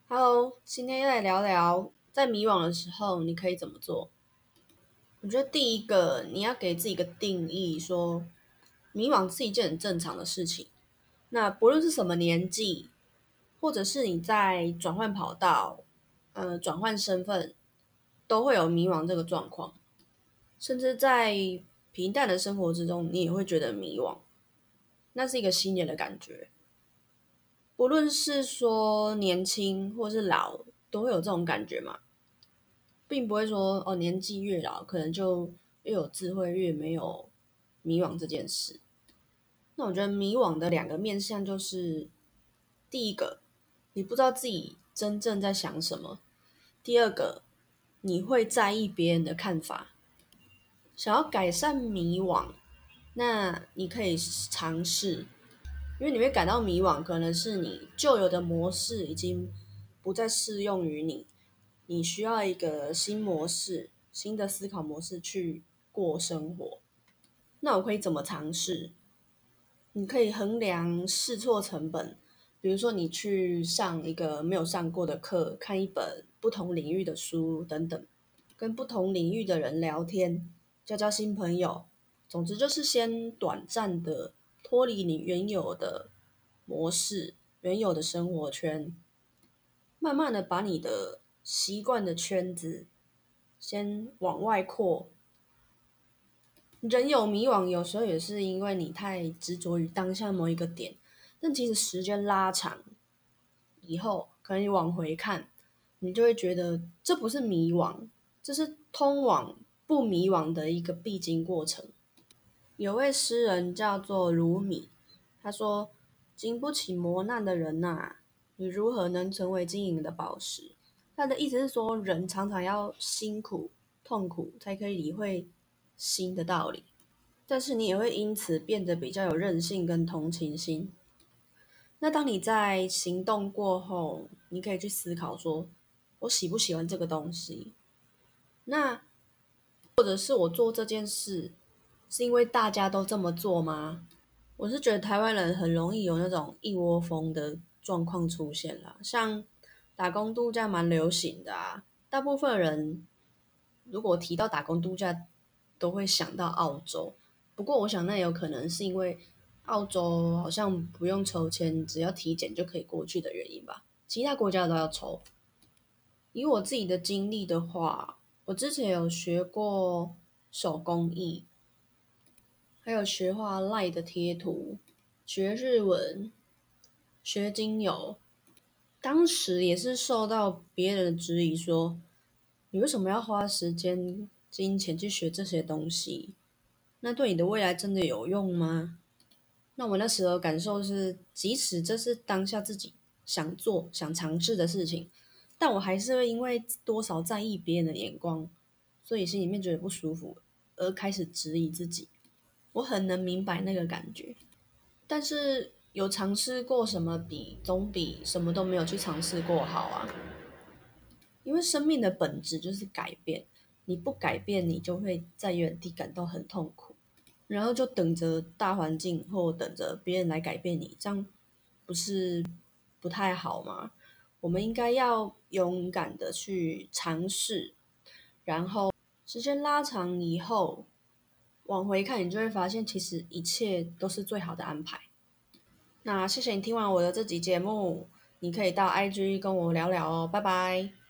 Hello，今天要来聊聊在迷惘的时候你可以怎么做。我觉得第一个，你要给自己一个定义，说迷惘是一件很正常的事情。那不论是什么年纪，或者是你在转换跑道、转换身份，都会有迷惘这个状况。甚至在平淡的生活之中，你也会觉得迷惘，那是一个新年的感觉。不论是说年轻或是老，都会有这种感觉嘛。并不会说哦，年纪越老，可能就越有智慧，越没有迷惘这件事。那我觉得迷惘的两个面向就是，第一个，你不知道自己真正在想什么；第二个，你会在意别人的看法。想要改善迷惘，那你可以尝试，因为你会感到迷惘，可能是你旧有的模式已经不再适用于你，你需要一个新模式、新的思考模式去过生活。那我可以怎么尝试？你可以衡量试错成本，比如说你去上一个没有上过的课，看一本不同领域的书等等，跟不同领域的人聊天，交交新朋友。总之就是先短暂的脱离你原有的模式、原有的生活圈，慢慢的把你的习惯的圈子先往外扩。人有迷惘，有时候也是因为你太执着于当下某一个点，但其实时间拉长以后，可能你往回看，你就会觉得这不是迷惘，这是通往不迷惘的一个必经过程。有位诗人叫做鲁米，他说：“经不起磨难的人呐、你如何能成为金银的宝石？”他的意思是说，人常常要辛苦、痛苦，才可以理会新的道理。但是你也会因此变得比较有韧性跟同情心。那当你在行动过后，你可以去思考说，我喜不喜欢这个东西？那或者是我做这件事，是因为大家都这么做吗？我是觉得台湾人很容易有那种一窝蜂的状况出现啦，像打工度假蛮流行的啊，大部分人如果提到打工度假，都会想到澳洲。不过我想那有可能是因为澳洲好像不用抽签，只要体检就可以过去的原因吧。其他国家都要抽。以我自己的经历的话，我之前有学过手工艺，还有学画赖的贴图，学日文，学精油。当时也是受到别人的质疑说，你为什么要花时间、金钱去学这些东西？那对你的未来真的有用吗？那我那时候感受是，即使这是当下自己想做、想尝试的事情，但我还是会因为多少在意别人的眼光，所以心里面觉得不舒服，而开始质疑自己。我很能明白那个感觉，但是有尝试过什么总比什么都没有去尝试过好啊。因为生命的本质就是改变，你不改变，你就会在原地感到很痛苦。然后就等着大环境或等着别人来改变你，这样不是不太好吗？我们应该要勇敢的去尝试，然后时间拉长以后，往回看，你就会发现其实一切都是最好的安排。那谢谢你听完我的这集节目，你可以到 IG 跟我聊聊哦，拜拜。